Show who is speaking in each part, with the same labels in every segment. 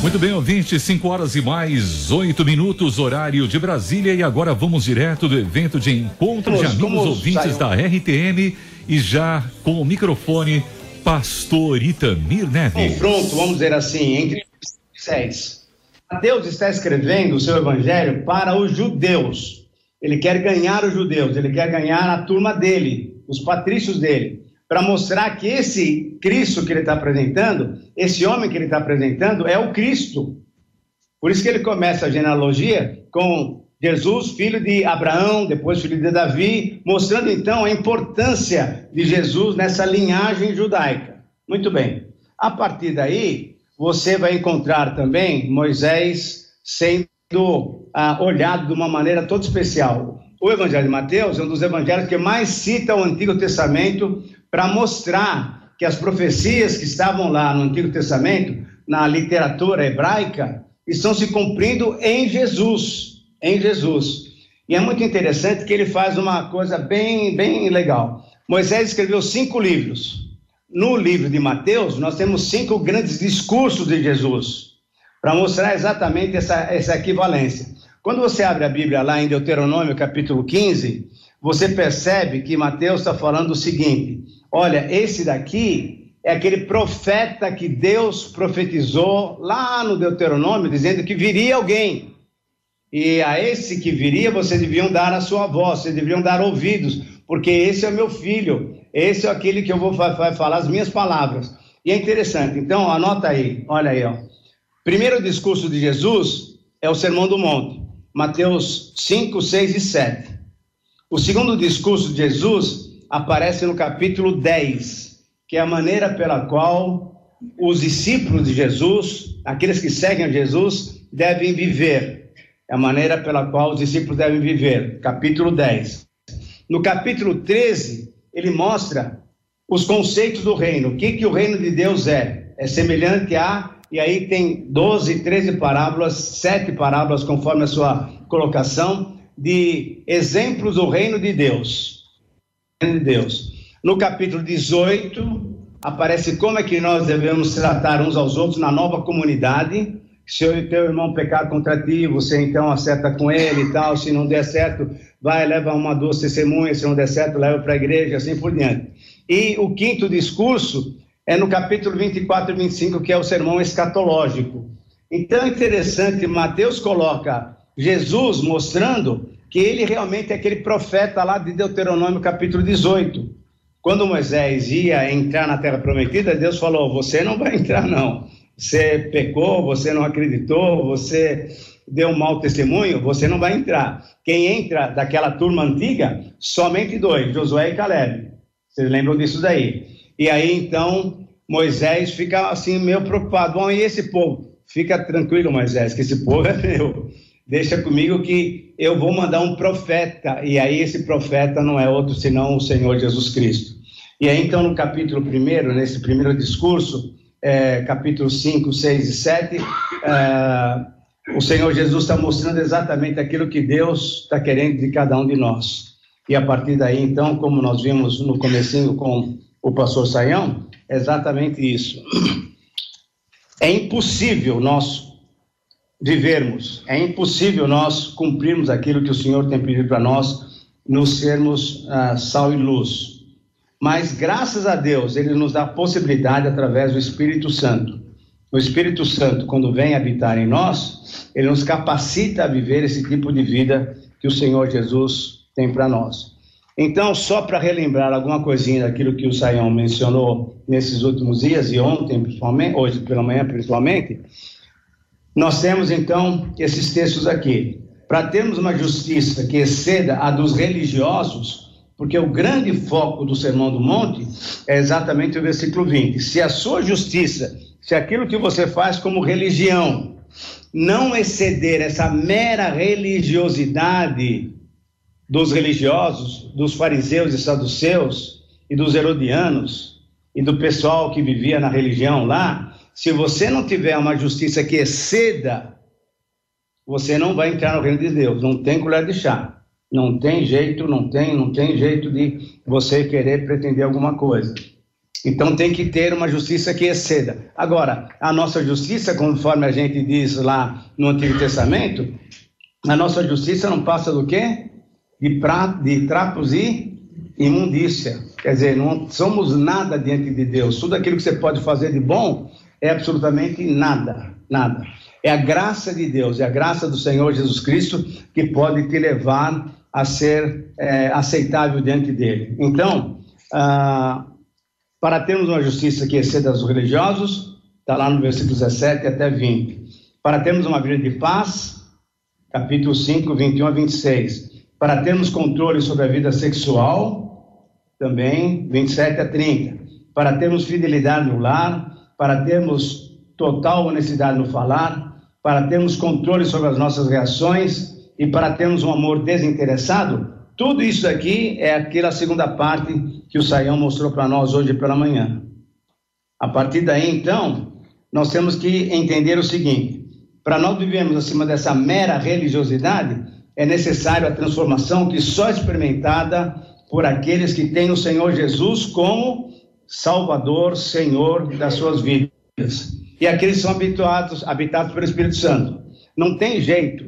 Speaker 1: Muito bem, ouvinte, 5 horas e mais 8 minutos, horário de Brasília, e agora vamos direto do evento de encontro de amigos ouvintes da RTM, e já com o microfone, pastor Itamir Neves.
Speaker 2: Confronto, vamos dizer assim, entre Moisés. Mateus está escrevendo o seu evangelho para os judeus. Ele quer ganhar os judeus, ele quer ganhar a turma dele, os patrícios dele, para mostrar que esse Cristo que ele está apresentando, esse homem que ele está apresentando é o Cristo. Por isso que ele começa a genealogia com Jesus, filho de Abraão, depois filho de Davi, mostrando então a importância de Jesus nessa linhagem judaica. Muito bem. A partir daí, você vai encontrar também Moisés sendo olhado de uma maneira toda especial. O Evangelho de Mateus é um dos evangelhos que mais cita o Antigo Testamento para mostrar que as profecias que estavam lá no Antigo Testamento, na literatura hebraica, estão se cumprindo em Jesus. Em Jesus. E é muito interessante que ele faz uma coisa bem legal. Moisés escreveu 5 livros. No livro de Mateus, nós temos 5 grandes discursos de Jesus, para mostrar exatamente essa equivalência. Quando você abre a Bíblia lá em Deuteronômio, capítulo 15, você percebe que Mateus está falando o seguinte: olha, esse daqui é aquele profeta que Deus profetizou lá no Deuteronômio, dizendo que viria alguém. E a esse que viria, vocês deviam dar a sua voz, vocês deveriam dar ouvidos, porque esse é o meu filho, esse é aquele que eu vou falar as minhas palavras. E é interessante, então anota aí, olha aí, ó. Primeiro discurso de Jesus é o Sermão do Monte, Mateus 5, 6 e 7. O segundo discurso de Jesus aparece no capítulo 10, que é a maneira pela qual os discípulos de Jesus, aqueles que seguem a Jesus, devem viver. É a maneira pela qual os discípulos devem viver, capítulo 10. No capítulo 13, ele mostra os conceitos do reino. O que o reino de Deus é? É semelhante a... E aí tem 12, 13 parábolas, 7 parábolas, conforme a sua colocação, de exemplos do reino de Deus. No capítulo 18, aparece como é que nós devemos tratar uns aos outros na nova comunidade. Se o teu irmão pecar contra ti, você então acerta com ele e tal. Se não der certo, vai, leva 1, 2 testemunhas. Se não der certo, leva para a igreja, assim por diante. E o quinto discurso é no capítulo 24 e 25, que é o sermão escatológico. Então é interessante, Mateus coloca Jesus mostrando que ele realmente é aquele profeta lá de Deuteronômio capítulo 18. Quando Moisés ia entrar na terra prometida, Deus falou: você não vai entrar não. Você pecou, você não acreditou, você deu um mau testemunho, você não vai entrar. Quem entra daquela turma antiga, somente 2, Josué e Caleb. Vocês lembram disso daí? E aí, então, Moisés fica assim, meio preocupado. Bom, e esse povo? Fica tranquilo, Moisés, que esse povo é meu. Deixa comigo que eu vou mandar um profeta. E aí, esse profeta não é outro senão o Senhor Jesus Cristo. E aí, então, no capítulo 1, nesse primeiro discurso, capítulo 5, 6 e 7, o Senhor Jesus está mostrando exatamente aquilo que Deus está querendo de cada um de nós. E a partir daí, então, como nós vimos no comecinho com o pastor Saião, é exatamente isso. É impossível nós vivermos, é impossível nós cumprirmos aquilo que o Senhor tem pedido para nós, nos sermos sal e luz. Mas, graças a Deus, Ele nos dá a possibilidade através do Espírito Santo. O Espírito Santo, quando vem habitar em nós, Ele nos capacita a viver esse tipo de vida que o Senhor Jesus tem para nós. Então, só para relembrar alguma coisinha daquilo que o Saião mencionou nesses últimos dias, e ontem, principalmente, hoje pela manhã principalmente, nós temos, então, esses textos aqui. Para termos uma justiça que exceda a dos religiosos, porque o grande foco do Sermão do Monte é exatamente o versículo 20. Se a sua justiça, se aquilo que você faz como religião, não exceder essa mera religiosidade dos religiosos, dos fariseus e saduceus, e dos herodianos, e do pessoal que vivia na religião lá, se você não tiver uma justiça que exceda, você não vai entrar no reino de Deus, não tem colher de chá. Não tem jeito, não tem jeito de você querer pretender alguma coisa. Então tem que ter uma justiça que exceda. Agora, a nossa justiça, conforme a gente diz lá no Antigo Testamento, a nossa justiça não passa do quê? De trapos e imundícia. Quer dizer, não somos nada diante de Deus. Tudo aquilo que você pode fazer de bom é absolutamente nada, nada. É a graça de Deus, é a graça do Senhor Jesus Cristo que pode te levar a ser aceitável diante dele. Então, para termos uma justiça que exceda os religiosos, está lá no versículo 17 até 20. Para termos uma vida de paz, capítulo 5, 21 a 26. Para termos controle sobre a vida sexual, também 27 a 30. Para termos fidelidade no lar, para termos total honestidade no falar, para termos controle sobre as nossas reações e para termos um amor desinteressado. Tudo isso aqui é aquela segunda parte que o Saião mostrou para nós hoje pela manhã. A partir daí, então, nós temos que entender o seguinte: para nós vivermos acima dessa mera religiosidade, é necessário a transformação que só é experimentada por aqueles que têm o Senhor Jesus como Salvador, Senhor das suas vidas. E aqueles que são habitados pelo Espírito Santo. Não tem jeito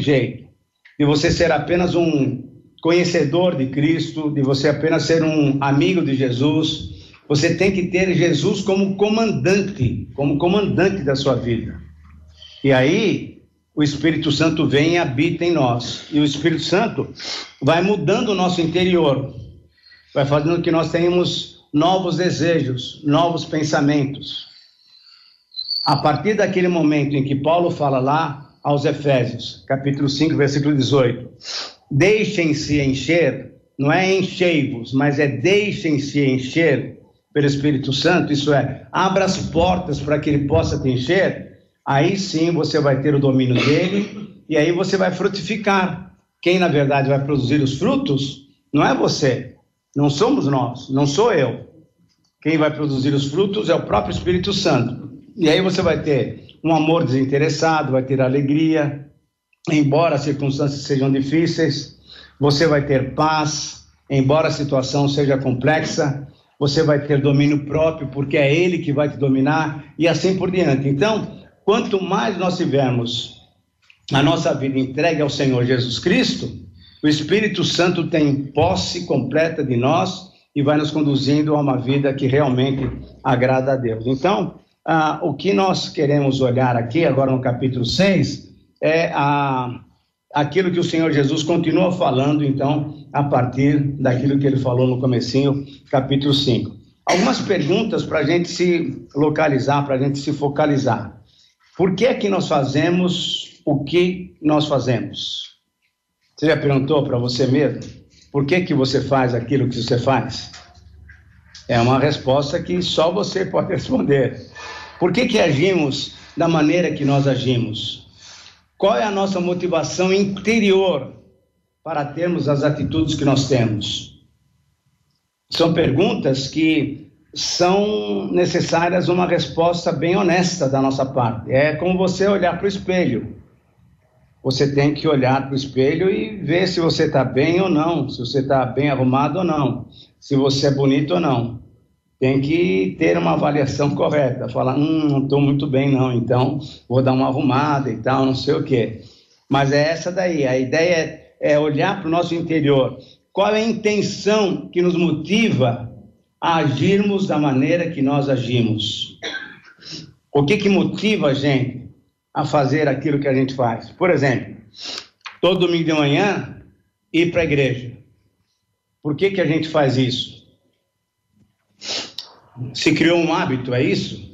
Speaker 2: de você ser apenas um conhecedor de Cristo, de você apenas ser um amigo de Jesus. Você tem que ter Jesus como comandante da sua vida. E aí, o Espírito Santo vem e habita em nós. E o Espírito Santo vai mudando o nosso interior, vai fazendo que nós tenhamos novos desejos, novos pensamentos. A partir daquele momento em que Paulo fala lá aos Efésios, capítulo 5, versículo 18, deixem-se encher, não é enchei-vos, mas é deixem-se encher pelo Espírito Santo, isso é, abra as portas para que ele possa te encher, aí sim você vai ter o domínio dele, e aí você vai frutificar. Quem na verdade vai produzir os frutos não é você, não somos nós, não sou eu. Quem vai produzir os frutos é o próprio Espírito Santo. E aí você vai ter um amor desinteressado, vai ter alegria, embora as circunstâncias sejam difíceis, você vai ter paz, embora a situação seja complexa, você vai ter domínio próprio, porque é ele que vai te dominar, e assim por diante. Então, quanto mais nós tivermos a nossa vida entregue ao Senhor Jesus Cristo, o Espírito Santo tem posse completa de nós e vai nos conduzindo a uma vida que realmente agrada a Deus. Então, o que nós queremos olhar aqui, agora no capítulo 6, é aquilo que o Senhor Jesus continua falando, então, a partir daquilo que ele falou no comecinho, capítulo 5. Algumas perguntas para a gente se localizar, para a gente se focalizar. Por que é que nós fazemos o que nós fazemos? Você já perguntou para você mesmo? Por que que você faz aquilo que você faz? É uma resposta que só você pode responder. Por que que agimos da maneira que nós agimos? Qual é a nossa motivação interior para termos as atitudes que nós temos? São perguntas que são necessárias uma resposta bem honesta da nossa parte. É como você olhar para o espelho. Você tem que olhar para o espelho e ver se você está bem ou não, se você está bem arrumado ou não, se você é bonito ou não. Tem que ter uma avaliação correta, falar, não estou muito bem não, então vou dar uma arrumada e tal, não sei o quê. Mas é essa daí, a ideia é olhar para o nosso interior. Qual é a intenção que nos motiva a agirmos da maneira que nós agimos? O que motiva a gente a fazer aquilo que a gente faz? Por exemplo, todo domingo de manhã ir para a igreja. Por que a gente faz isso? Se criou um hábito, é isso?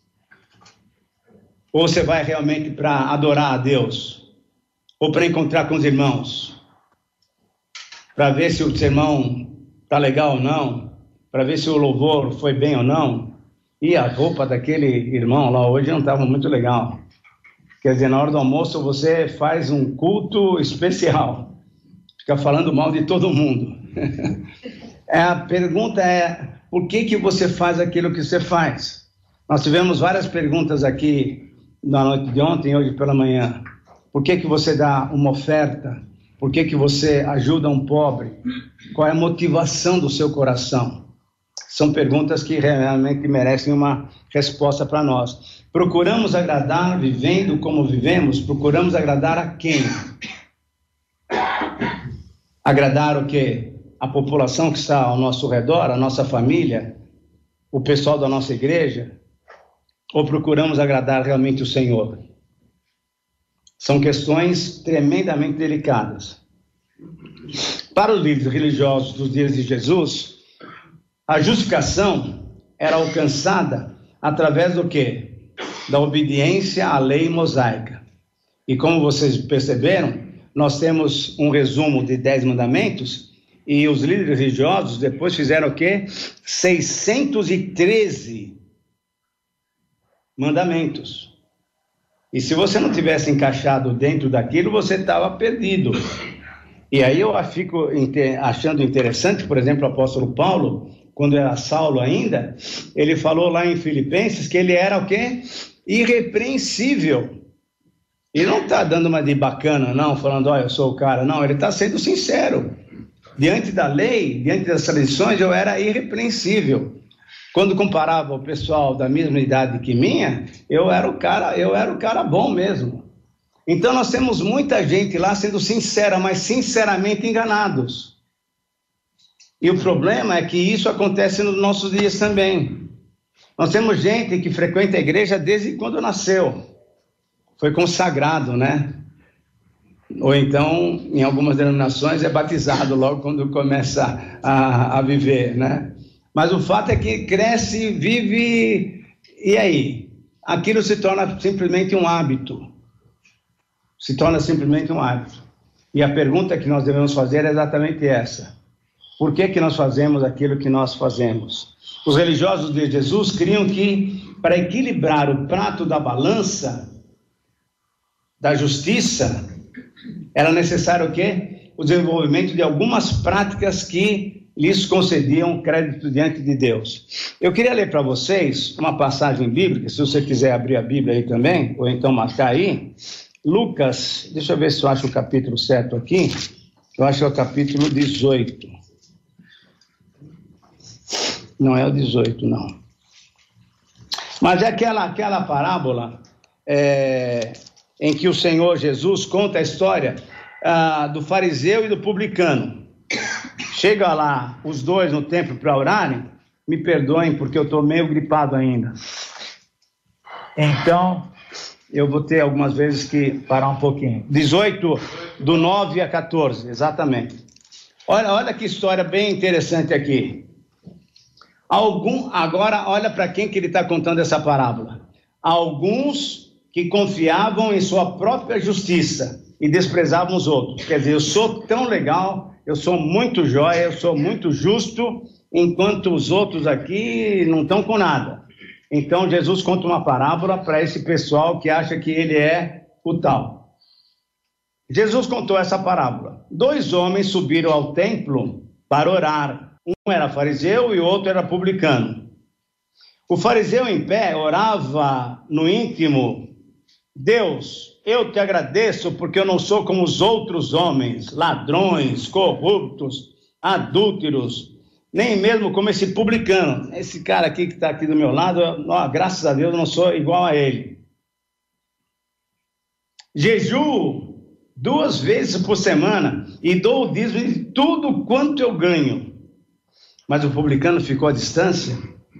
Speaker 2: Ou você vai realmente para adorar a Deus? Ou para encontrar com os irmãos? Para ver se o sermão está legal ou não? Para ver se o louvor foi bem ou não? E a roupa daquele irmão lá hoje não estava muito legal. Quer dizer, na hora do almoço você faz um culto especial. Fica falando mal de todo mundo. A pergunta é, por que você faz aquilo que você faz? Nós tivemos várias perguntas aqui na noite de ontem e hoje pela manhã. Por que você dá uma oferta? Por que você ajuda um pobre? Qual é a motivação do seu coração? São perguntas que realmente merecem uma resposta para nós. Procuramos agradar vivendo como vivemos? Procuramos agradar a quem? Agradar o quê? A população que está ao nosso redor, a nossa família, o pessoal da nossa igreja? Ou procuramos agradar realmente o Senhor? São questões tremendamente delicadas. Para os líderes religiosos dos dias de Jesus, a justificação era alcançada através do quê? Da obediência à lei mosaica. E como vocês perceberam, nós temos um resumo de 10 mandamentos, e os líderes religiosos depois fizeram o quê? 613 mandamentos. E se você não tivesse encaixado dentro daquilo, você estava perdido. E aí eu fico achando interessante, por exemplo, o apóstolo Paulo, quando era Saulo ainda, ele falou lá em Filipenses que ele era o quê? Irrepreensível. Ele não está dando uma de bacana, não, falando, eu sou o cara. Não, ele está sendo sincero. Diante da lei, diante das tradições, eu era irrepreensível. Quando comparava o pessoal da mesma idade que minha, eu era o cara bom mesmo. Então nós temos muita gente lá sendo sincera, mas sinceramente enganados. E o problema é que isso acontece nos nossos dias também. Nós temos gente que frequenta a igreja desde quando nasceu. Foi consagrado, né? Ou então, em algumas denominações, é batizado logo quando começa a viver, né? Mas o fato é que cresce, vive, e aí? Aquilo se torna simplesmente um hábito. Se torna simplesmente um hábito. E a pergunta que nós devemos fazer é exatamente essa. Por que nós fazemos aquilo que nós fazemos? Os religiosos de Jesus criam que, para equilibrar o prato da balança da justiça, era necessário o quê? O desenvolvimento de algumas práticas que lhes concediam crédito diante de Deus. Eu queria ler para vocês uma passagem bíblica, se você quiser abrir a Bíblia aí também, ou então marcar aí, Lucas, deixa eu ver se eu acho o capítulo certo aqui, eu acho que é o capítulo 18. Não é o 18, não. Mas é aquela parábola em que o Senhor Jesus conta a história do fariseu e do publicano. Chega lá os dois no templo para orarem, me perdoem porque eu estou meio gripado ainda. Então, eu vou ter algumas vezes que parar um pouquinho. 18, do 9 a 14, exatamente. Olha que história bem interessante aqui. Agora, olha para quem que ele está contando essa parábola. Alguns que confiavam em sua própria justiça e desprezavam os outros. Quer dizer, eu sou tão legal, eu sou muito jóia, eu sou muito justo, enquanto os outros aqui não estão com nada. Então, Jesus conta uma parábola para esse pessoal que acha que ele é o tal. Jesus contou essa parábola. 2 homens subiram ao templo para orar. Um era fariseu e o outro era publicano. O fariseu em pé orava no íntimo: Deus, eu te agradeço porque eu não sou como os outros homens, ladrões, corruptos, adúlteros, nem mesmo como esse publicano. Esse cara aqui que está aqui do meu lado, graças a Deus eu não sou igual a ele. Jejuo 2 vezes por semana e dou o dízimo de tudo quanto eu ganho. Mas o publicano ficou à distância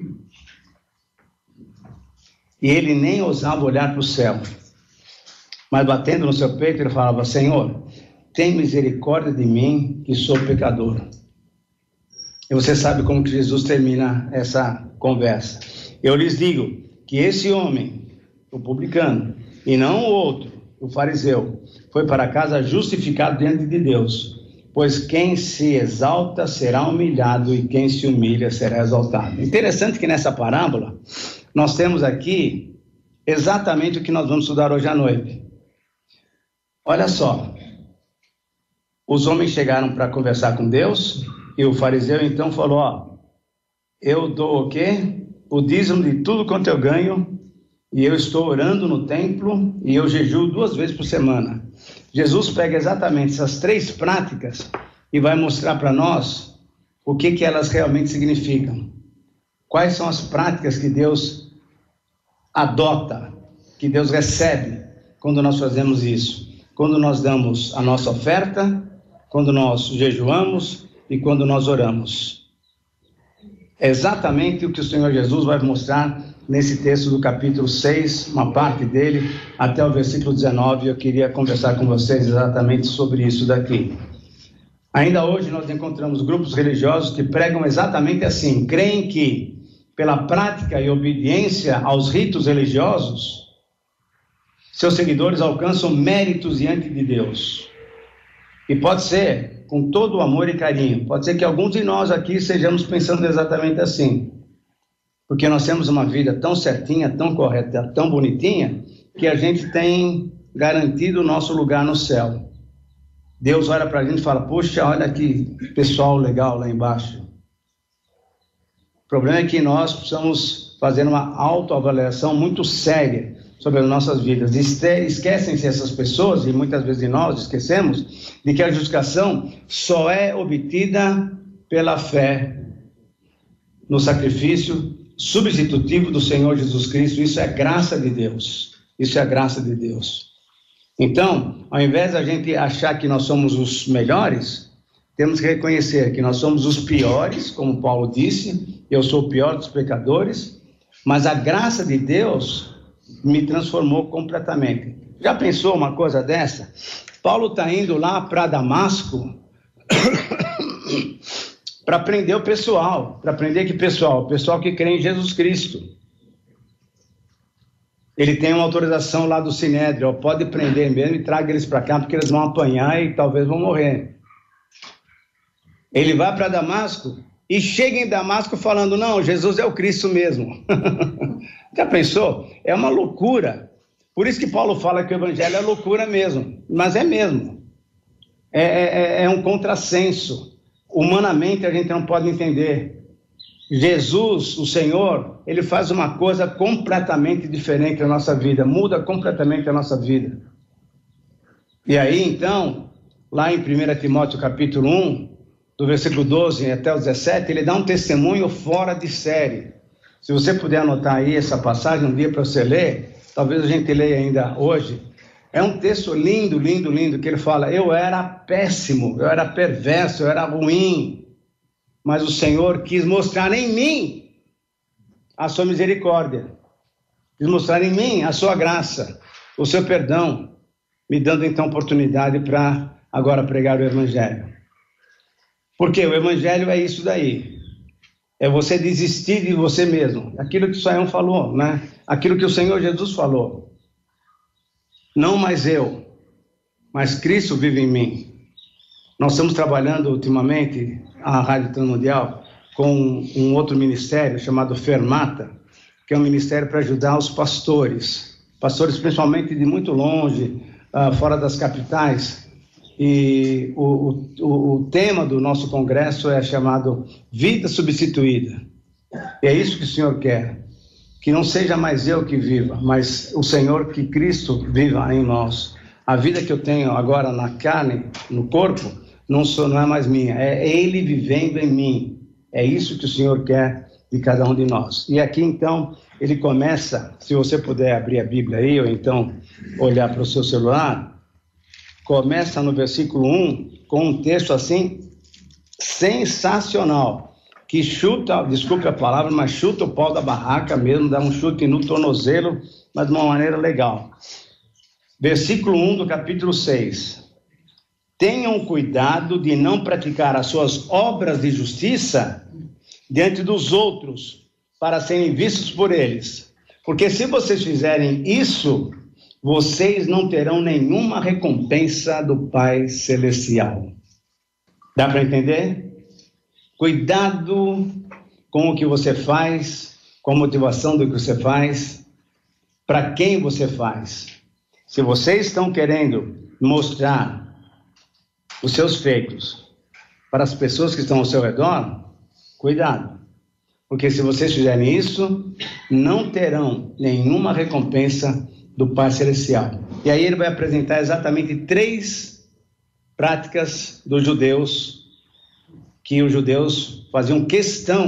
Speaker 2: e ele nem ousava olhar para o céu. Mas batendo no seu peito, ele falava: Senhor, tem misericórdia de mim, que sou pecador. E você sabe como que Jesus termina essa conversa. Eu lhes digo que esse homem, o publicano, e não o outro, o fariseu, foi para casa justificado diante de Deus. Pois quem se exalta será humilhado e quem se humilha será exaltado. Interessante que nessa parábola nós temos aqui exatamente o que nós vamos estudar hoje à noite. Olha só, os homens chegaram para conversar com Deus e o fariseu então falou: eu dou o quê? O dízimo de tudo quanto eu ganho e eu estou orando no templo e eu jejuo 2 vezes por semana. Jesus pega exatamente essas 3 práticas e vai mostrar para nós o que elas realmente significam. Quais são as práticas que Deus adota, que Deus recebe quando nós fazemos isso? Quando nós damos a nossa oferta, quando nós jejuamos e quando nós oramos. É exatamente o que o Senhor Jesus vai mostrar nesse texto do capítulo 6, uma parte dele, até o versículo 19. Eu queria conversar com vocês exatamente sobre isso daqui. Ainda hoje nós encontramos grupos religiosos que pregam exatamente assim, creem que pela prática e obediência aos ritos religiosos, seus seguidores alcançam méritos diante de Deus. E pode ser com todo o amor e carinho, pode ser que alguns de nós aqui estejamos pensando exatamente assim, porque nós temos uma vida tão certinha, tão correta, tão bonitinha, que a gente tem garantido o nosso lugar no céu. Deus olha para a gente e fala, puxa, olha que pessoal legal lá embaixo. O problema é que nós precisamos fazer uma autoavaliação muito séria sobre as nossas vidas. Esquecem-se essas pessoas, e muitas vezes nós esquecemos, de que a justificação só é obtida pela fé no sacrifício substitutivo do Senhor Jesus Cristo. Isso é graça de Deus. Isso é a graça de Deus. Então, ao invés da gente achar que nós somos os melhores, temos que reconhecer que nós somos os piores, como Paulo disse, eu sou o pior dos pecadores, mas a graça de Deus me transformou completamente. Já pensou uma coisa dessa? Paulo está indo lá para Damasco para prender o pessoal. Para prender que pessoal? O pessoal que crê em Jesus Cristo. Ele tem uma autorização lá do Sinédrio, pode prender mesmo e traga eles para cá, porque eles vão apanhar e talvez vão morrer. Ele vai para Damasco e chega em Damasco falando, não, Jesus é o Cristo mesmo. Já pensou? É uma loucura. Por isso que Paulo fala que o evangelho é loucura mesmo, mas é mesmo. É um contrassenso. Humanamente a gente não pode entender. Jesus, o Senhor, ele faz uma coisa completamente diferente na nossa vida, muda completamente a nossa vida. E aí, então, lá em 1 Timóteo capítulo 1, do versículo 12 até o 17, ele dá um testemunho fora de série. Se você puder anotar aí essa passagem um dia para você ler, talvez a gente leia ainda hoje. É um texto lindo, lindo, lindo, que ele fala, eu era péssimo, eu era perverso, eu era ruim, mas o Senhor quis mostrar em mim a sua misericórdia, quis mostrar em mim a sua graça, o seu perdão, me dando então oportunidade para agora pregar o evangelho. Porque o evangelho é isso daí, é você desistir de você mesmo, aquilo que o Saião falou, né? Aquilo que o Senhor Jesus falou. Não mais eu, mas Cristo vive em mim. Nós estamos trabalhando ultimamente, a Rádio Transmundial, com um outro ministério chamado Fermata, que é um ministério para ajudar os pastores principalmente de muito longe, fora das capitais. E o tema do nosso congresso é chamado Vida Substituída. E é isso que o Senhor quer, que não seja mais eu que viva, mas o Senhor, que Cristo viva em nós. A vida que eu tenho agora na carne, no corpo, não é mais minha, é Ele vivendo em mim. É isso que o Senhor quer de cada um de nós. E aqui então, ele começa, se você puder abrir a Bíblia aí, ou então olhar para o seu celular, começa no versículo 1, com um texto assim, sensacional, que chuta, desculpe a palavra, mas chuta o pau da barraca mesmo, dá um chute no tornozelo, mas de uma maneira legal. Versículo 1 do capítulo 6. Tenham cuidado de não praticar as suas obras de justiça diante dos outros, para serem vistos por eles. Porque se vocês fizerem isso, vocês não terão nenhuma recompensa do Pai Celestial. Dá para entender? Cuidado com o que você faz, com a motivação do que você faz, para quem você faz. Se vocês estão querendo mostrar os seus feitos para as pessoas que estão ao seu redor, cuidado. Porque se vocês fizerem isso, não terão nenhuma recompensa do Pai Celestial. E aí ele vai apresentar exatamente 3 práticas dos judeus, que os judeus faziam questão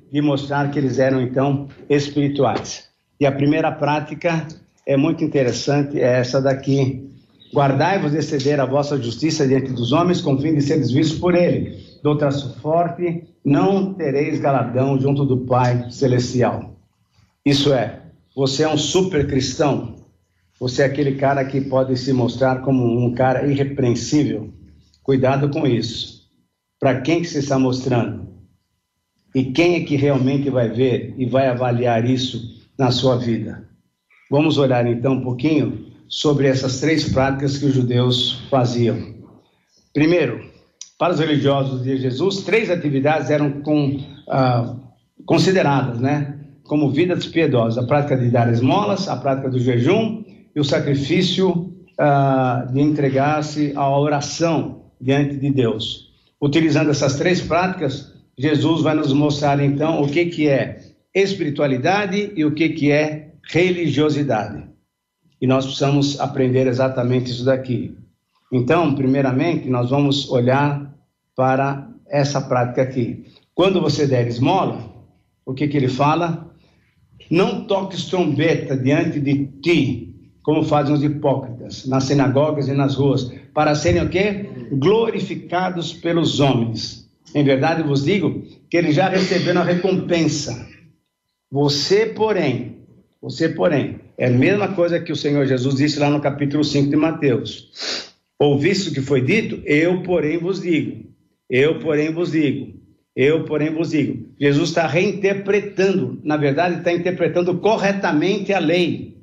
Speaker 2: de mostrar que eles eram, então, espirituais. E a primeira prática é muito interessante, é essa daqui. Guardai-vos de exceder a vossa justiça diante dos homens, com o fim de seres vistos por ele. Do traço forte, não tereis galardão junto do Pai Celestial. Isso é, você é um super cristão, você é aquele cara que pode se mostrar como um cara irrepreensível. Cuidado com isso. Para quem que você está mostrando? E quem é que realmente vai ver e vai avaliar isso na sua vida? Vamos olhar então um pouquinho sobre essas 3 práticas que os judeus faziam. Primeiro, para os religiosos de Jesus, 3 atividades eram consideradas, né, como vidas piedosas: a prática de dar esmolas, a prática do jejum e o sacrifício de entregar-se à oração diante de Deus. Utilizando essas 3 práticas, Jesus vai nos mostrar então o que é espiritualidade e o que é religiosidade. E nós precisamos aprender exatamente isso daqui. Então, primeiramente, nós vamos olhar para essa prática aqui. Quando você der esmola, o que ele fala? Não toques trombeta diante de ti, como fazem os hipócritas, nas sinagogas e nas ruas, para serem o quê? Glorificados pelos homens. Em verdade vos digo que eles já receberam a recompensa. Você, porém, é a mesma coisa que o Senhor Jesus disse lá no capítulo 5 de Mateus. Ouviste o que foi dito? Eu, porém, vos digo. Eu, porém, vos digo. Eu, porém, vos digo. Jesus está reinterpretando, na verdade, está interpretando corretamente a lei.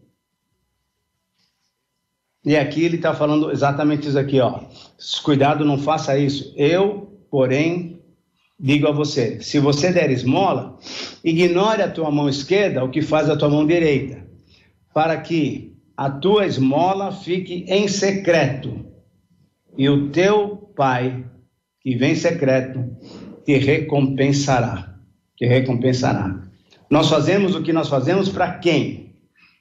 Speaker 2: E aqui ele está falando exatamente isso aqui, ó. Cuidado, não faça isso. Eu, porém, digo a você, se você der esmola, ignore a tua mão esquerda o que faz a tua mão direita, para que a tua esmola fique em secreto, e o teu Pai, que vem em secreto, te recompensará. Te recompensará. Nós fazemos o que nós fazemos para quem?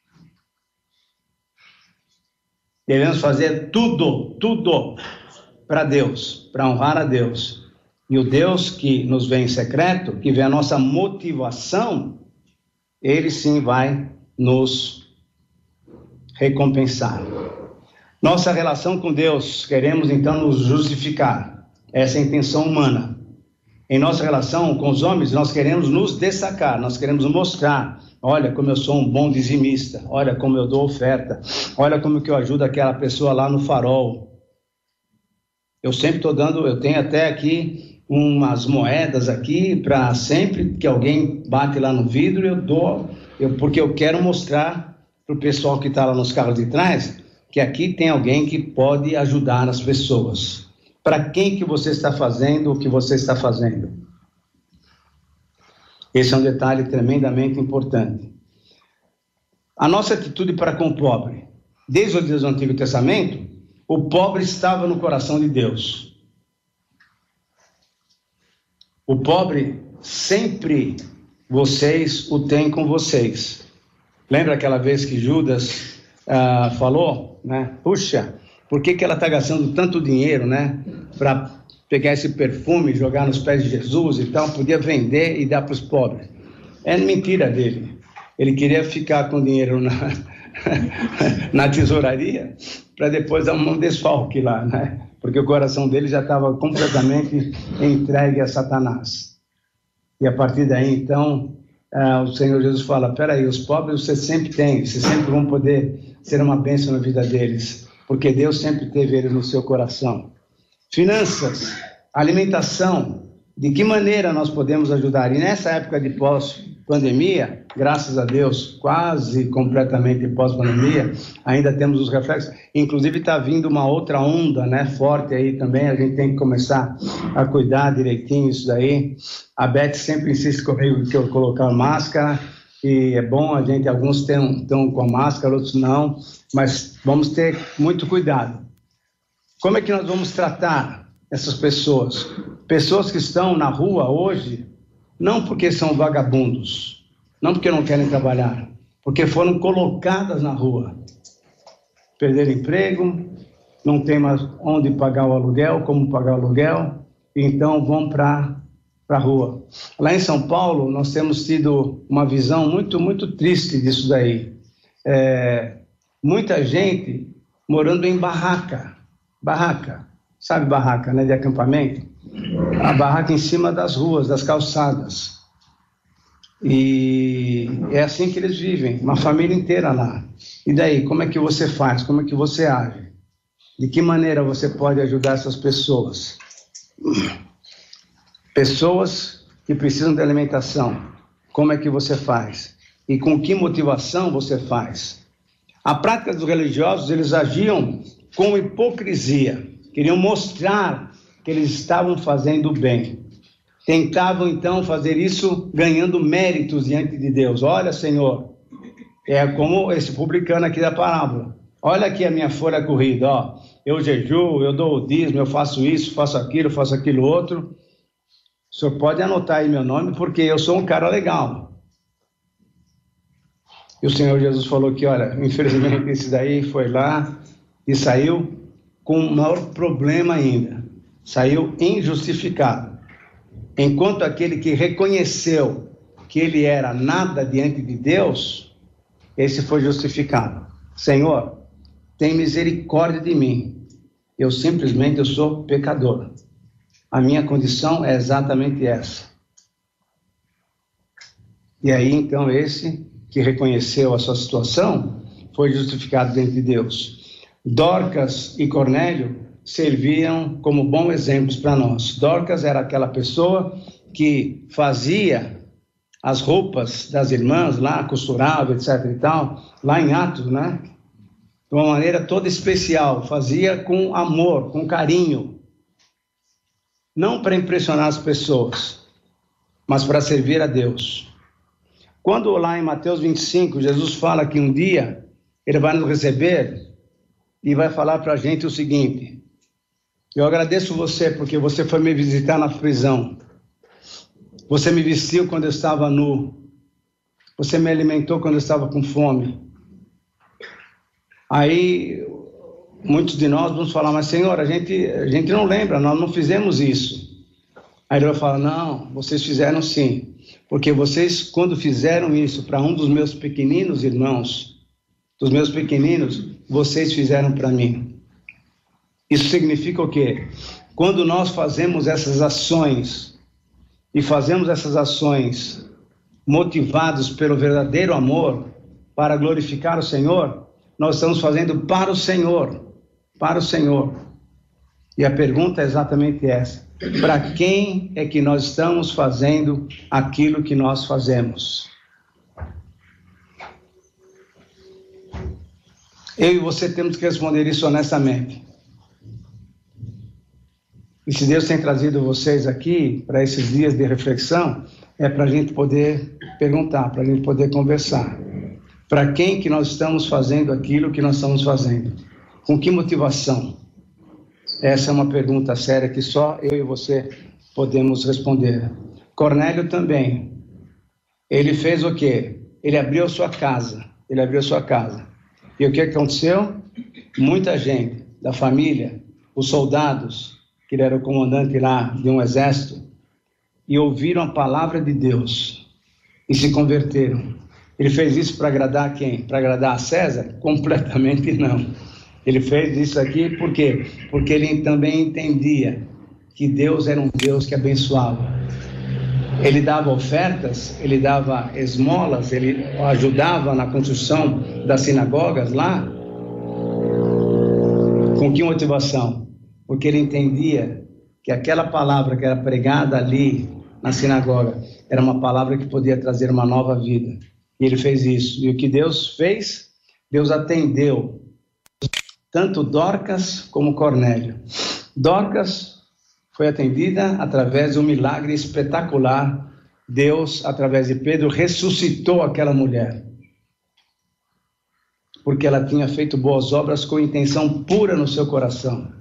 Speaker 2: Devemos fazer tudo para Deus, para honrar a Deus. E o Deus que nos vê em secreto, que vê a nossa motivação, ele sim vai nos recompensar. Nossa relação com Deus, queremos então nos justificar. Essa é a intenção humana. Em nossa relação com os homens, nós queremos nos destacar, nós queremos mostrar: olha como eu sou um bom dizimista, olha como eu dou oferta, olha como que eu ajudo aquela pessoa lá no farol. Eu sempre estou dando, eu tenho até aqui umas moedas aqui, para sempre que alguém bate lá no vidro, eu dou, porque eu quero mostrar para o pessoal que está lá nos carros de trás, que aqui tem alguém que pode ajudar as pessoas. Para quem que você está fazendo o que você está fazendo? Esse é um detalhe tremendamente importante. A nossa atitude para com o pobre. Desde os dias do Antigo Testamento, o pobre estava no coração de Deus. O pobre sempre vocês o têm com vocês. Lembra aquela vez que Judas falou, né? Puxa, por que ela está gastando tanto dinheiro, né? Para pegar esse perfume e jogar nos pés de Jesus e tal, podia vender e dar para os pobres. É mentira dele. Ele queria ficar com dinheiro na tesouraria para depois dar um desfalque lá, né? Porque o coração dele já estava completamente entregue a Satanás. E a partir daí, então, o Senhor Jesus fala: peraí, os pobres você sempre tem, vocês sempre vão poder ser uma bênção na vida deles, porque Deus sempre teve eles no seu coração. Finanças, alimentação, de que maneira nós podemos ajudar? E nessa época de pós-pandemia, graças a Deus, quase completamente pós-pandemia, ainda temos os reflexos, inclusive está vindo uma outra onda, né, forte aí também, a gente tem que começar a cuidar direitinho isso daí. A Beth sempre insiste comigo que eu colocar máscara, e é bom, a gente, alguns estão com a máscara, outros não, mas vamos ter muito cuidado. Como é que nós vamos tratar essas pessoas? Pessoas que estão na rua hoje, não porque são vagabundos, não porque não querem trabalhar, porque foram colocadas na rua. Perderam emprego, não tem mais onde pagar o aluguel, como pagar o aluguel, então vão para para a rua. Lá em São Paulo, nós temos tido uma visão muito, muito triste disso daí. Muita gente morando em barraca, sabe barraca, né, de acampamento? A barraca em cima das ruas, das calçadas. E é assim que eles vivem, uma família inteira lá. E daí, como é que você faz? Como é que você age? De que maneira você pode ajudar essas pessoas? Pessoas que precisam de alimentação, como é que você faz? E com que motivação você faz? A prática dos religiosos, eles agiam com hipocrisia, queriam mostrar que eles estavam fazendo o bem. Tentavam, então, fazer isso ganhando méritos diante de Deus. Olha, Senhor, é como esse publicano aqui da parábola. Olha aqui a minha folha corrida, ó. Eu jejuo, eu dou o dízimo, eu faço isso, faço aquilo outro. O senhor pode anotar aí meu nome, porque eu sou um cara legal. E o Senhor Jesus falou que, olha, infelizmente esse daí foi lá e saiu com um maior problema ainda. Saiu injustificado. Enquanto aquele que reconheceu que ele era nada diante de Deus, esse foi justificado. Senhor, tem misericórdia de mim. Eu sou pecador. A minha condição é exatamente essa. E aí, então, esse que reconheceu a sua situação foi justificado diante de Deus. Dorcas e Cornélio serviam como bons exemplos para nós. Dorcas era aquela pessoa que fazia as roupas das irmãs lá, costurava, etc e tal, lá em Atos, né? De uma maneira toda especial, fazia com amor, com carinho. Não para impressionar as pessoas, mas para servir a Deus. Quando lá em Mateus 25, Jesus fala que um dia ele vai nos receber e vai falar para a gente o seguinte: eu agradeço você porque você foi me visitar na prisão. Você me vestiu quando eu estava nu. Você me alimentou quando eu estava com fome. Aí muitos de nós vamos falar, mas Senhor, a gente não lembra, nós não fizemos isso. Aí ele vai falar, não, vocês fizeram sim, porque vocês, quando fizeram isso para um dos meus pequeninos irmãos, vocês fizeram para mim. Isso significa o quê? Quando nós fazemos essas ações, e fazemos essas ações motivados pelo verdadeiro amor, para glorificar o Senhor, nós estamos fazendo para o Senhor. E a pergunta é exatamente essa: para quem é que nós estamos fazendo aquilo que nós fazemos? Eu e você temos que responder isso honestamente. E se Deus tem trazido vocês aqui para esses dias de reflexão, é para a gente poder perguntar, para a gente poder conversar. Para quem que nós estamos fazendo aquilo que nós estamos fazendo? Com que motivação? Essa é uma pergunta séria que só eu e você podemos responder. Cornélio também. Ele fez o quê? Ele abriu sua casa. E o que aconteceu? Muita gente da família, os soldados, que ele era o comandante lá de um exército, e ouviram a palavra de Deus e se converteram. Ele fez isso para agradar quem? Para agradar a César? Completamente não. Ele fez isso aqui por quê? Porque ele também entendia que Deus era um Deus que abençoava. Ele dava ofertas, ele dava esmolas, ele ajudava na construção das sinagogas lá. Com que motivação? Porque ele entendia que aquela palavra que era pregada ali na sinagoga era uma palavra que podia trazer uma nova vida. E ele fez isso. E o que Deus fez? Deus atendeu tanto Dorcas como Cornélio. Dorcas foi atendida através de um milagre espetacular. Deus, através de Pedro, ressuscitou aquela mulher. Porque ela tinha feito boas obras com intenção pura no seu coração.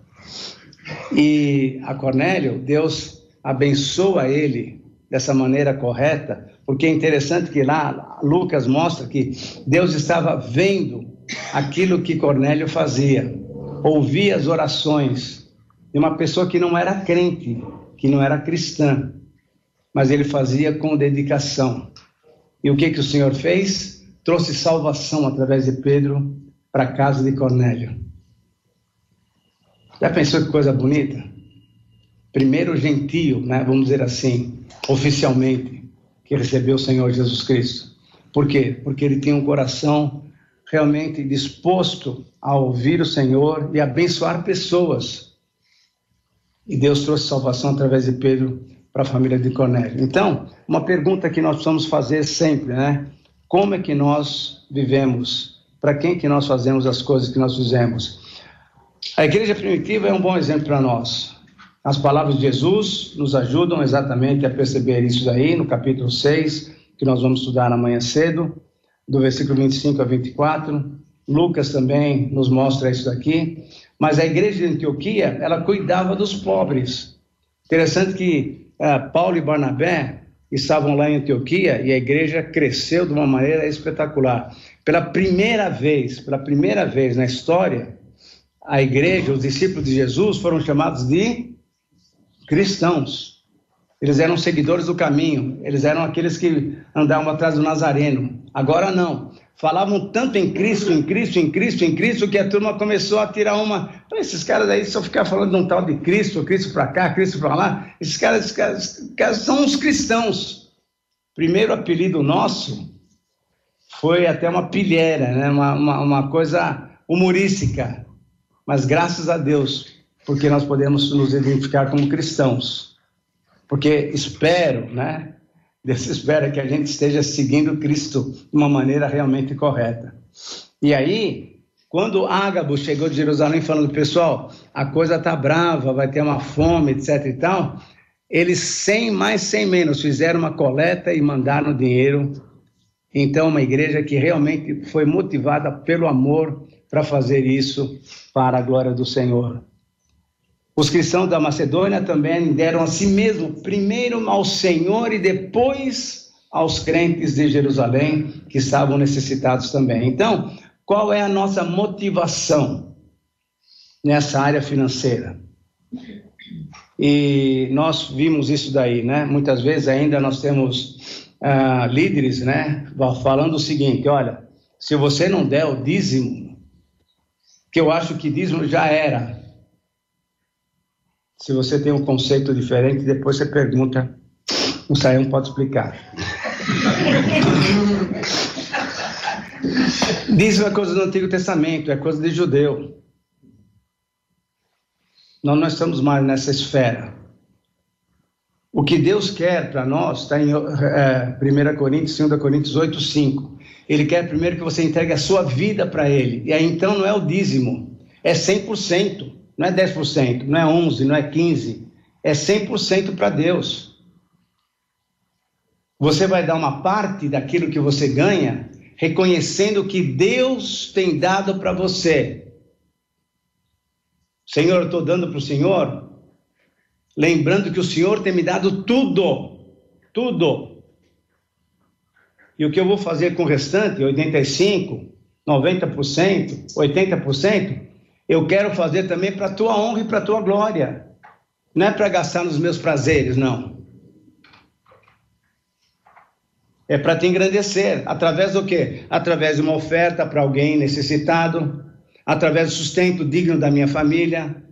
Speaker 2: E a Cornélio, Deus abençoa ele dessa maneira correta, porque é interessante que lá Lucas mostra que Deus estava vendo aquilo que Cornélio fazia, ouvia as orações de uma pessoa que não era crente, que não era cristã. mas ele fazia com dedicação. E o que o Senhor fez? Trouxe salvação através de Pedro para a casa de Cornélio. Já pensou que coisa bonita? Primeiro gentio, né, vamos dizer assim, oficialmente, que recebeu o Senhor Jesus Cristo. Por quê? Porque ele tinha um coração realmente disposto a ouvir o Senhor e abençoar pessoas. E Deus trouxe salvação através de Pedro para a família de Cornélio. Então, uma pergunta que nós precisamos fazer sempre, né? Como é que nós vivemos? Para quem que nós fazemos as coisas que nós fizemos? A igreja primitiva é um bom exemplo para nós. As palavras de Jesus nos ajudam exatamente a perceber isso daí, no capítulo 6, que nós vamos estudar amanhã cedo, do versículo 25 a 24. Lucas também nos mostra isso daqui. Mas a igreja de Antioquia, ela cuidava dos pobres. Interessante que Paulo e Barnabé estavam lá em Antioquia e a igreja cresceu de uma maneira espetacular. Pela primeira vez na história, a igreja, os discípulos de Jesus foram chamados de cristãos. Eles eram seguidores do caminho, eles eram aqueles que andavam atrás do Nazareno. Agora não, falavam tanto em Cristo, que a turma começou a tirar uma... Esses caras aí só ficar falando de um tal de Cristo para cá, Cristo para lá. Esses caras são uns cristãos. Primeiro apelido nosso foi até uma pilheira, né? uma coisa humorística. Mas graças a Deus, porque nós podemos nos identificar como cristãos. Porque espero, né? Deus espera que a gente esteja seguindo Cristo de uma maneira realmente correta. E aí, quando Ágabo chegou de Jerusalém falando, pessoal, a coisa está brava, vai ter uma fome, etc e tal, eles, sem mais, sem menos, fizeram uma coleta e mandaram dinheiro. Então, uma igreja que realmente foi motivada pelo amor para fazer isso para a glória do Senhor. Os cristãos da Macedônia também deram a si mesmo, primeiro ao Senhor e depois aos crentes de Jerusalém, que estavam necessitados também. Então, qual é a nossa motivação nessa área financeira? E nós vimos isso daí, né? Muitas vezes ainda nós temos líderes, né? Falando o seguinte, olha, se você não der o dízimo, que eu acho que dízimo já era. Se você tem um conceito diferente, depois você pergunta, o Saião pode explicar. Dízimo é coisa do Antigo Testamento, é coisa de judeu. Nós não estamos mais nessa esfera. O que Deus quer para nós está em 1 Coríntios, 2 Coríntios 8:5. Ele quer primeiro que você entregue a sua vida para Ele. E aí então não é o dízimo, é 100%. Não é 10%, não é 11%, não é 15%. É 100% para Deus. Você vai dar uma parte daquilo que você ganha, reconhecendo que Deus tem dado para você. Senhor, eu estou dando para o Senhor, lembrando que o Senhor tem me dado tudo. Tudo. E o que eu vou fazer com o restante, 85%, 90%, 80%, eu quero fazer também para a tua honra e para a tua glória. Não é para gastar nos meus prazeres, não. É para te engrandecer. Através do quê? Através de uma oferta para alguém necessitado, através do sustento digno da minha família,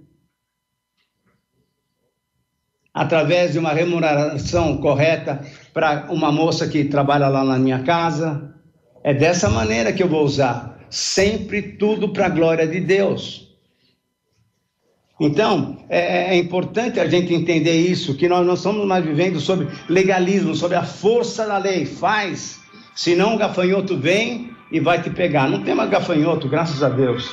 Speaker 2: através de uma remuneração correta para uma moça que trabalha lá na minha casa. É dessa maneira que eu vou usar. Sempre tudo para a glória de Deus. Então, é importante a gente entender isso, que nós não estamos mais vivendo sobre legalismo, sobre a força da lei. Faz, senão o gafanhoto vem e vai te pegar. Não tem mais gafanhoto, graças a Deus.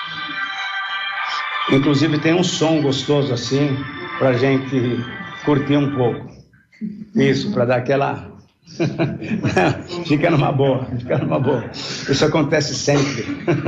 Speaker 2: Inclusive tem um som gostoso assim, para a gente curtir um pouco. Isso, para dar aquela... Fica numa boa. Isso acontece sempre.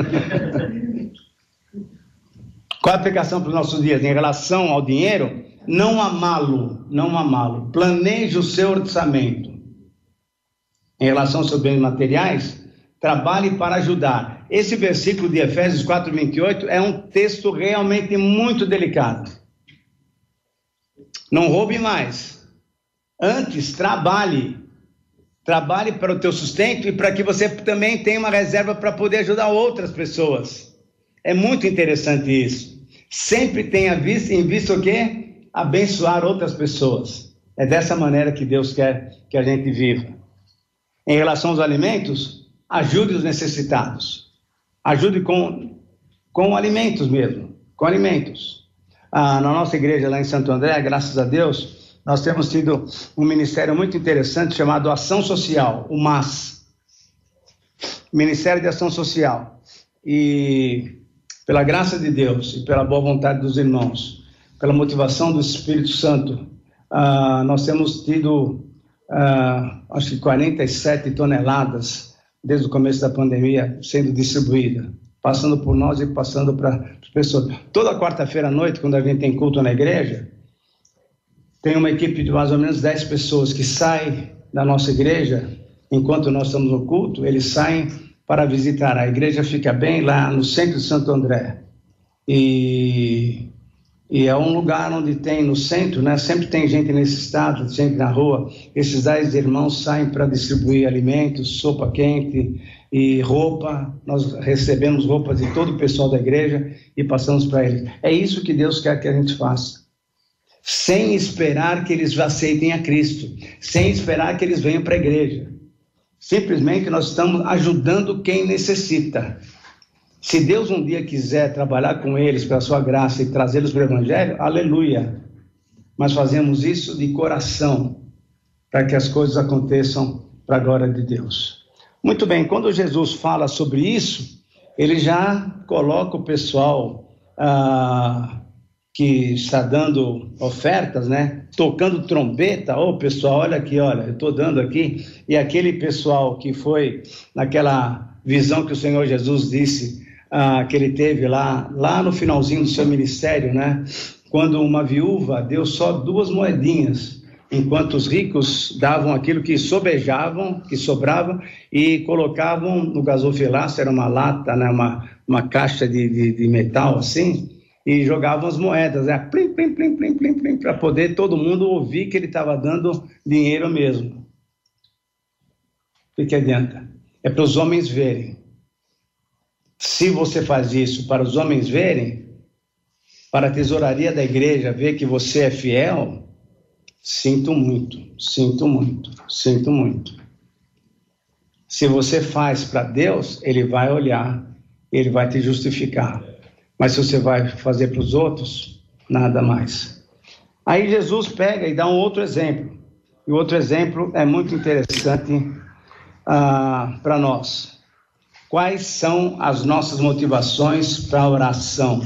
Speaker 2: Qual a aplicação para os nossos dias? Em relação ao dinheiro, não amá-lo. Planeje o seu orçamento. Em relação aos seus bens materiais, trabalhe para ajudar. Esse versículo de Efésios 4:28 é um texto realmente muito delicado. Não roube mais. Antes, trabalhe para o teu sustento e para que você também tenha uma reserva para poder ajudar outras pessoas. É muito interessante isso. Sempre tenha em vista o quê? Abençoar outras pessoas. É dessa maneira que Deus quer que a gente viva. Em relação aos alimentos, ajude os necessitados. Ajude com alimentos mesmo, com alimentos. Na nossa igreja lá em Santo André, graças a Deus, nós temos tido um ministério muito interessante chamado Ação Social, o MAS, Ministério de Ação Social. E pela graça de Deus e pela boa vontade dos irmãos, pela motivação do Espírito Santo, nós temos tido, acho que 47 toneladas desde o começo da pandemia sendo distribuída, passando por nós e passando para as pessoas. Toda quarta-feira à noite, quando a gente tem culto na igreja, tem uma equipe de mais ou menos 10 pessoas que saem da nossa igreja, enquanto nós estamos no culto, eles saem para visitar. A igreja fica bem lá no centro de Santo André. E é um lugar onde tem, no centro, né, sempre tem gente necessitada, gente na rua. Esses 10 irmãos saem para distribuir alimentos, sopa quente e roupa. Nós recebemos roupas de todo o pessoal da igreja e passamos para eles. É isso que Deus quer que a gente faça. Sem esperar que eles aceitem a Cristo, sem esperar que eles venham para a igreja. Simplesmente nós estamos ajudando quem necessita. Se Deus um dia quiser trabalhar com eles pela sua graça e trazê-los para o Evangelho, aleluia. Mas fazemos isso de coração, para que as coisas aconteçam para a glória de Deus. Muito bem, quando Jesus fala sobre isso, ele já coloca o pessoal que está dando ofertas, né? Tocando trombeta. Ô, pessoal, olha aqui, olha, eu estou dando aqui. E aquele pessoal que foi naquela visão que o Senhor Jesus disse, que ele teve lá no finalzinho do seu ministério, né? Quando uma viúva deu só 2 moedinhas, enquanto os ricos davam aquilo que sobejavam, que sobrava, e colocavam no gasofilaço, era uma lata, né? Uma caixa de metal assim, e jogavam as moedas, né? Plim, plim, plim, plim, plim, plim, para poder todo mundo ouvir que ele estava dando dinheiro mesmo. O que adianta? É para os homens verem. Se você faz isso para os homens verem, para a tesouraria da igreja ver que você é fiel, sinto muito, sinto muito, sinto muito. Se você faz para Deus, ele vai olhar, ele vai te justificar. Mas se você vai fazer para os outros, nada mais. Aí Jesus pega e dá um outro exemplo. E o outro exemplo é muito interessante para nós. Quais são as nossas motivações para a oração?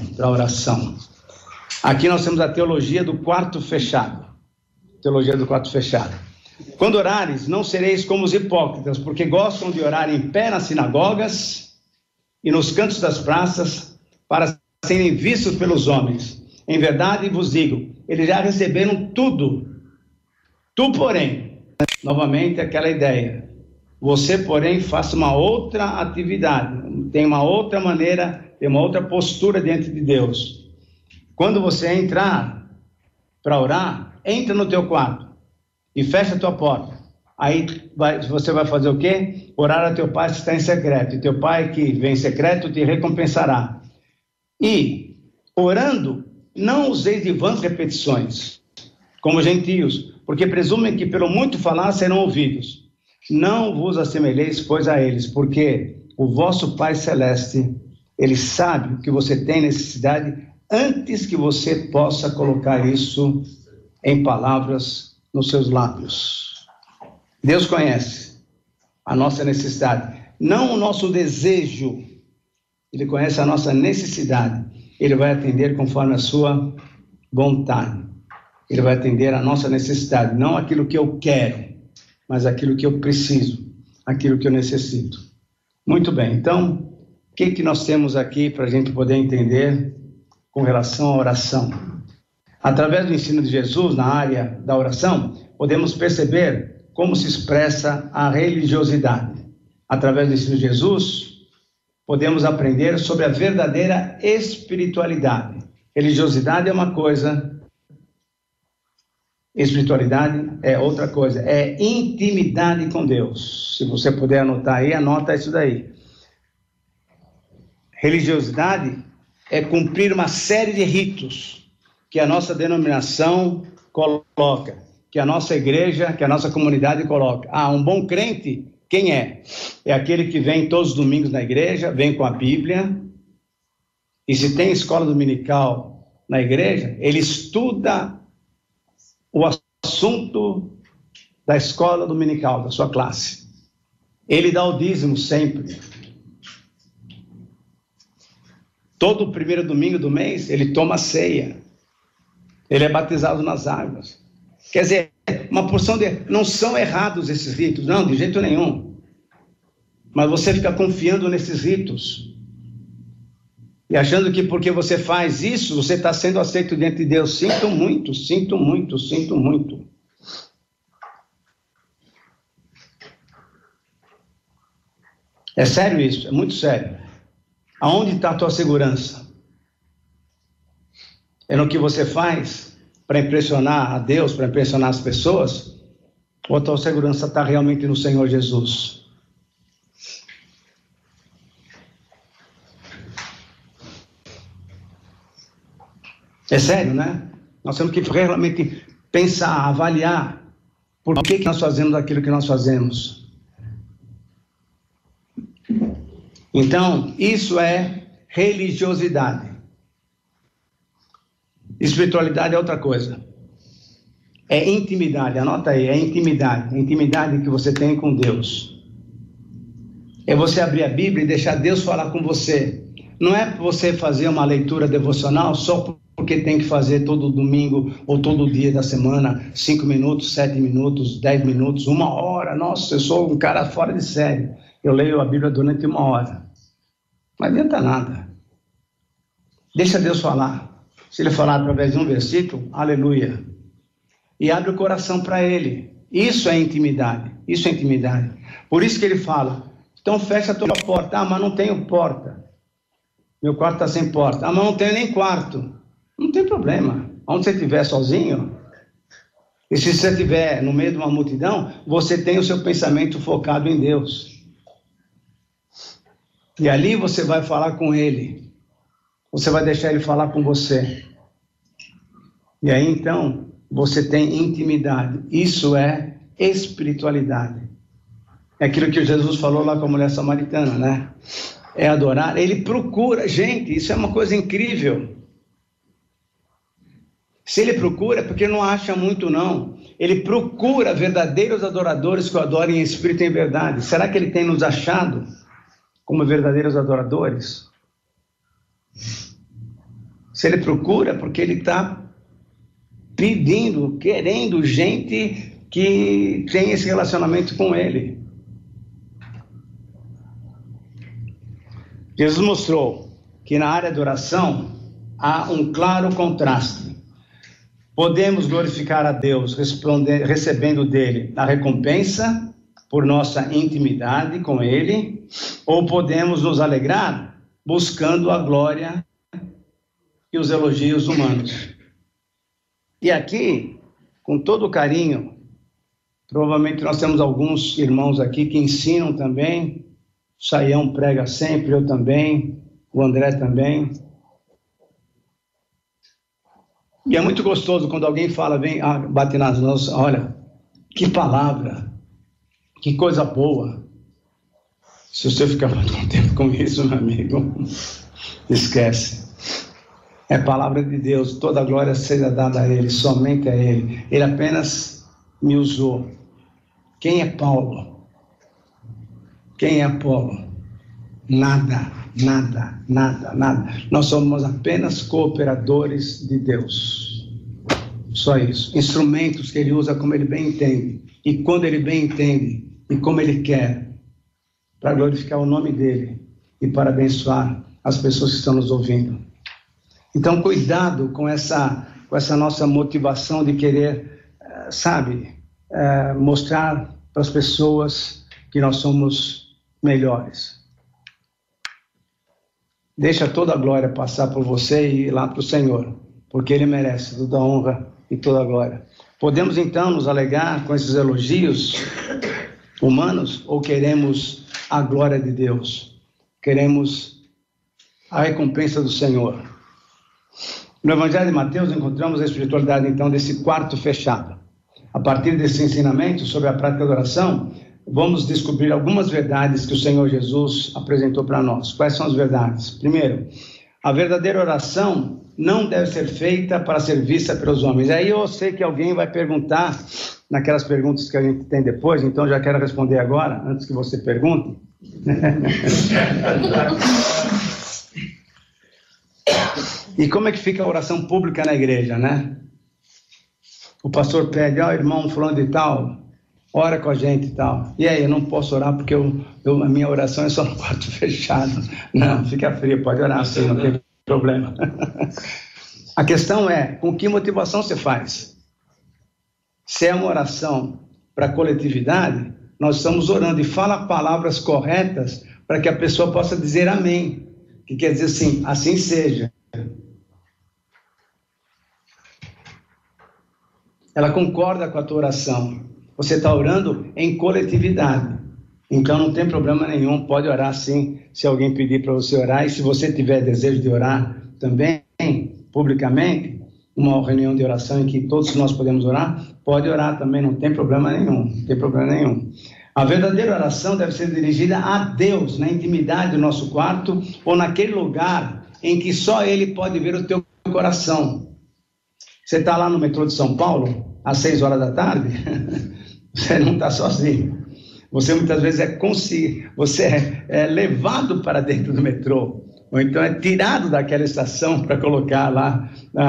Speaker 2: Aqui nós temos a teologia do quarto fechado. Teologia do quarto fechado. Quando orares, não sereis como os hipócritas, porque gostam de orar em pé nas sinagogas e nos cantos das praças, para serem vistos pelos homens. Em verdade vos digo, eles já receberam tudo. Tu, porém, novamente aquela ideia. Você, porém, faça uma outra atividade, tem uma outra maneira, tem uma outra postura diante de Deus. Quando você entrar para orar, entra no teu quarto e fecha a tua porta. Aí você vai fazer o quê? Orar a teu Pai que está em secreto. E teu Pai que vem em secreto te recompensará. E, orando, não useis de vãs repetições, como gentios, porque presumem que pelo muito falar serão ouvidos. Não vos assemelheis, pois, a eles, porque o vosso Pai Celeste, ele sabe o que você tem necessidade antes que você possa colocar isso em palavras nos seus lábios. Deus conhece a nossa necessidade, não o nosso desejo. Ele conhece a nossa necessidade. Ele vai atender conforme a sua vontade. Ele vai atender a nossa necessidade, não aquilo que eu quero, mas aquilo que eu preciso, aquilo que eu necessito. Muito bem, então, o que nós temos aqui para a gente poder entender com relação à oração? Através do ensino de Jesus na área da oração, podemos perceber como se expressa a religiosidade. Através do ensino de Jesus, podemos aprender sobre a verdadeira espiritualidade. Religiosidade é uma coisa, Espiritualidade é outra coisa, é intimidade com Deus. Se você puder anotar aí, anota isso daí. Religiosidade é cumprir uma série de ritos que a nossa denominação coloca, que a nossa igreja, que a nossa comunidade coloca. Um bom crente, quem é? É aquele que vem todos os domingos na igreja, vem com a Bíblia, e se tem escola dominical na igreja, ele estuda o assunto da escola dominical, da sua classe. Ele dá o dízimo sempre. Todo primeiro domingo do mês, ele toma ceia. Ele é batizado nas águas. Quer dizer, uma porção de... Não são errados esses ritos, não, de jeito nenhum. Mas você fica confiando nesses ritos. E achando que porque você faz isso, você está sendo aceito diante de Deus. Sinto muito, sinto muito, sinto muito. É sério isso, é muito sério. Aonde está a tua segurança? É no que você faz para impressionar a Deus, para impressionar as pessoas? Ou a tua segurança está realmente no Senhor Jesus? É sério, né? Nós temos que realmente pensar, avaliar por que nós fazemos aquilo que nós fazemos. Então, isso é religiosidade. Espiritualidade é outra coisa. É intimidade, anota aí, é intimidade. Intimidade que você tem com Deus. É você abrir a Bíblia e deixar Deus falar com você. Não é você fazer uma leitura devocional só porque tem que fazer todo domingo ou todo dia da semana, 5 minutos, 7 minutos, 10 minutos, 1 hora. Nossa, eu sou um cara fora de série. Eu leio a Bíblia durante 1 hora. Não adianta nada. Deixa Deus falar. Se Ele falar através de um versículo, aleluia. E abre o coração para Ele. Isso é intimidade. Isso é intimidade. Por isso que Ele fala, então fecha a tua porta. Mas não tenho porta. Meu quarto está sem porta. Mas não tenho nem quarto. Não tem problema. Onde você estiver sozinho, e se você estiver no meio de uma multidão, você tem o seu pensamento focado em Deus. E ali você vai falar com Ele. Você vai deixar Ele falar com você. E aí então, você tem intimidade. Isso é espiritualidade. É aquilo que Jesus falou lá com a mulher samaritana, né? É adorar. Ele procura, gente, isso é uma coisa incrível. Se Ele procura, é porque não acha muito, não. Ele procura verdadeiros adoradores que o adorem em espírito e em verdade. Será que Ele tem nos achado como verdadeiros adoradores? Se Ele procura, é porque Ele está pedindo, querendo gente que tem esse relacionamento com Ele. Jesus mostrou que na área de oração há um claro contraste. Podemos glorificar a Deus recebendo dele a recompensa por nossa intimidade com Ele, ou podemos nos alegrar buscando a glória e os elogios humanos. E aqui, com todo carinho, provavelmente nós temos alguns irmãos aqui que ensinam também. O Saião prega sempre, eu também, o André também. E é muito gostoso quando alguém fala, vem, bate nas mãos, olha, que palavra, que coisa boa. Se você ficar muito tempo com isso, meu amigo, esquece. É palavra de Deus, toda a glória seja dada a Ele, somente a Ele. Ele apenas me usou. Quem é Paulo? Quem é Apolo? Nada, nada, nada, nada. Nós somos apenas cooperadores de Deus. Só isso. Instrumentos que Ele usa como Ele bem entende. E quando Ele bem entende. E como Ele quer. Para glorificar o nome dEle. E para abençoar as pessoas que estão nos ouvindo. Então, cuidado com essa nossa motivação de querer, mostrar para as pessoas que nós somos melhores. Deixa toda a glória passar por você e ir lá para o Senhor, porque Ele merece toda a honra e toda a glória. Podemos então nos alegar com esses elogios humanos ou queremos a glória de Deus? Queremos a recompensa do Senhor? No Evangelho de Mateus encontramos a espiritualidade então desse quarto fechado. A partir desse ensinamento sobre a prática da oração, vamos descobrir algumas verdades que o Senhor Jesus apresentou para nós. Quais são as verdades? Primeiro, a verdadeira oração não deve ser feita para ser vista pelos homens. Aí eu sei que alguém vai perguntar, naquelas perguntas que a gente tem depois, então já quero responder agora, antes que você pergunte. E como é que fica a oração pública na igreja, né? O pastor pede, irmão fulano de tal, ora com a gente e tal. E aí, eu não posso orar porque a minha oração é só no quarto fechado. Não, fica frio, pode orar sim, não tem problema. A questão é, com que motivação você faz? Se é uma oração para coletividade, nós estamos orando e fala palavras corretas para que a pessoa possa dizer amém. Que quer dizer assim, assim seja. Ela concorda com a tua oração. Você está orando em coletividade. Então não tem problema nenhum, pode orar sim, se alguém pedir para você orar. E se você tiver desejo de orar também, publicamente, uma reunião de oração em que todos nós podemos orar, pode orar também, não tem problema nenhum. Não tem problema nenhum. A verdadeira oração deve ser dirigida a Deus, na intimidade do nosso quarto, ou naquele lugar em que só Ele pode ver o teu coração. Você está lá no metrô de São Paulo, às 6 horas da tarde, você não está sozinho. Você muitas vezes é levado para dentro do metrô, ou então é tirado daquela estação para colocar lá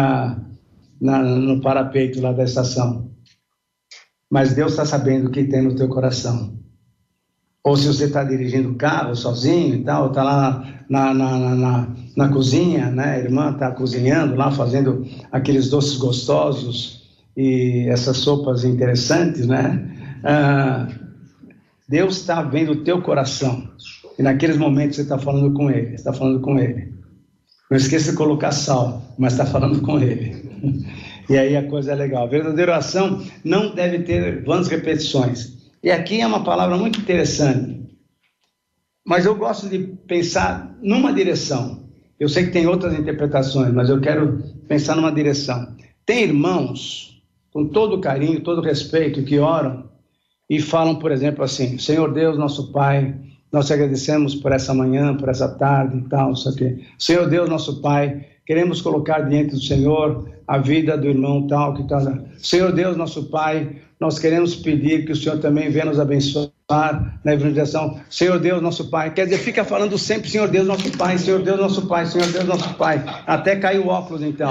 Speaker 2: no parapeito lá da estação. Mas Deus está sabendo o que tem no teu coração. Ou se você está dirigindo o carro sozinho e tal, está lá na cozinha, né? A irmã está cozinhando lá, fazendo aqueles doces gostosos e essas sopas interessantes, né? Deus está vendo o teu coração. E naqueles momentos você está falando com Ele. Está falando com Ele. Não esqueça de colocar sal, mas está falando com Ele. E aí a coisa é legal. A verdadeira oração não deve ter vãs repetições. E aqui é uma palavra muito interessante. Mas eu gosto de pensar numa direção. Eu sei que tem outras interpretações, mas eu quero pensar numa direção. Tem irmãos, com todo carinho, todo respeito, que oram e falam, por exemplo, assim: Senhor Deus, nosso Pai, nós te agradecemos por essa manhã, por essa tarde e tal, isso aqui. Senhor Deus, nosso Pai, queremos colocar diante do Senhor a vida do irmão tal, que tal. Senhor Deus, nosso Pai, nós queremos pedir que o Senhor também venha nos abençoar na evangelização. Senhor Deus, nosso Pai. Quer dizer, fica falando sempre Senhor Deus, nosso Pai, Senhor Deus, nosso Pai, Senhor Deus, nosso Pai. Até cair o óculos, então.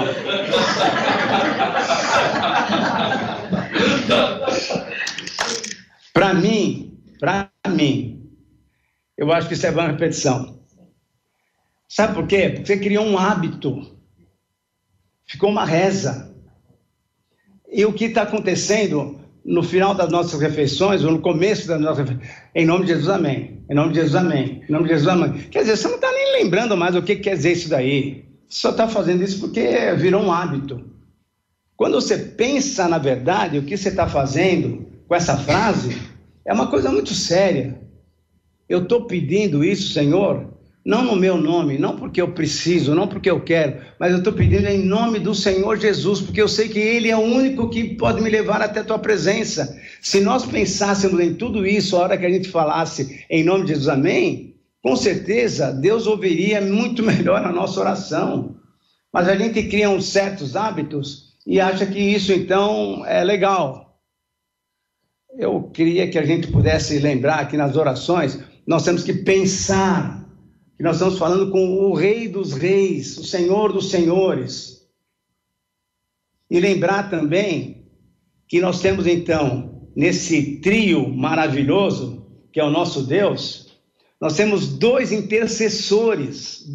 Speaker 2: Para mim, eu acho que isso é uma repetição. Sabe por quê? Porque você criou um hábito. Ficou uma reza. E o que está acontecendo no final das nossas refeições, ou no começo das nossas refeições? Em nome de Jesus, amém. Em nome de Jesus, amém. Em nome de Jesus, amém. Quer dizer, você não está nem lembrando mais o que quer dizer isso daí. Você só está fazendo isso porque virou um hábito. Quando você pensa na verdade, o que você está fazendo com essa frase, é uma coisa muito séria. Eu estou pedindo isso, Senhor, não no meu nome, não porque eu preciso, não porque eu quero, mas eu estou pedindo em nome do Senhor Jesus, porque eu sei que Ele é o único que pode me levar até a Tua presença. Se nós pensássemos em tudo isso, a hora que a gente falasse em nome de Jesus, amém, com certeza Deus ouviria muito melhor a nossa oração. Mas a gente cria uns certos hábitos e acha que isso então é legal. Eu queria que a gente pudesse lembrar que nas orações nós temos que pensar que nós estamos falando com o Rei dos Reis, o Senhor dos Senhores. E lembrar também que nós temos então, nesse trio maravilhoso, que é o nosso Deus, nós temos dois intercessores.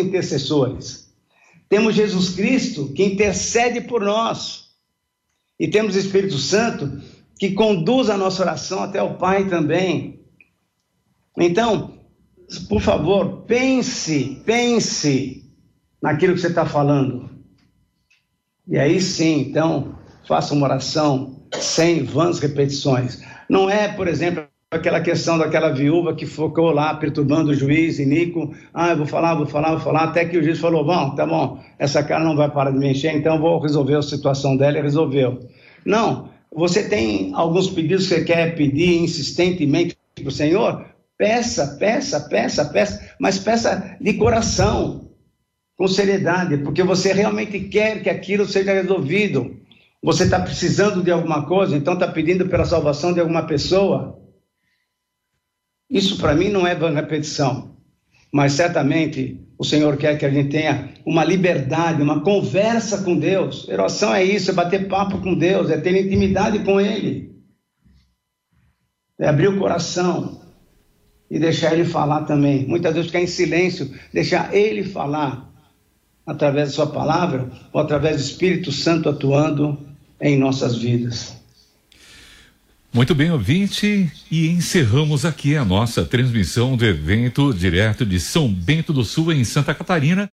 Speaker 2: Temos Jesus Cristo, que intercede por nós. E temos o Espírito Santo, que conduz a nossa oração até o Pai também. Então, por favor, pense naquilo que você está falando. E aí sim, então, faça uma oração sem vãs repetições. Não é, por exemplo, aquela questão daquela viúva que ficou lá perturbando o juiz, Nico, eu vou falar, até que o juiz falou, bom, tá bom, essa cara não vai parar de mexer, então eu vou resolver a situação dela, e resolveu. Não, você tem alguns pedidos que você quer pedir insistentemente para o Senhor, peça, mas peça de coração, com seriedade, porque você realmente quer que aquilo seja resolvido. Você está precisando de alguma coisa, então está pedindo pela salvação de alguma pessoa. Isso para mim não é repetição, mas certamente o Senhor quer que a gente tenha uma liberdade, uma conversa com Deus. Oração é isso, é bater papo com Deus, é ter intimidade com Ele, é abrir o coração e deixar Ele falar também. Muitas vezes ficar em silêncio, deixar Ele falar através da sua palavra ou através do Espírito Santo atuando em nossas vidas.
Speaker 1: Muito bem, ouvinte, e encerramos aqui a nossa transmissão do evento direto de São Bento do Sul, em Santa Catarina.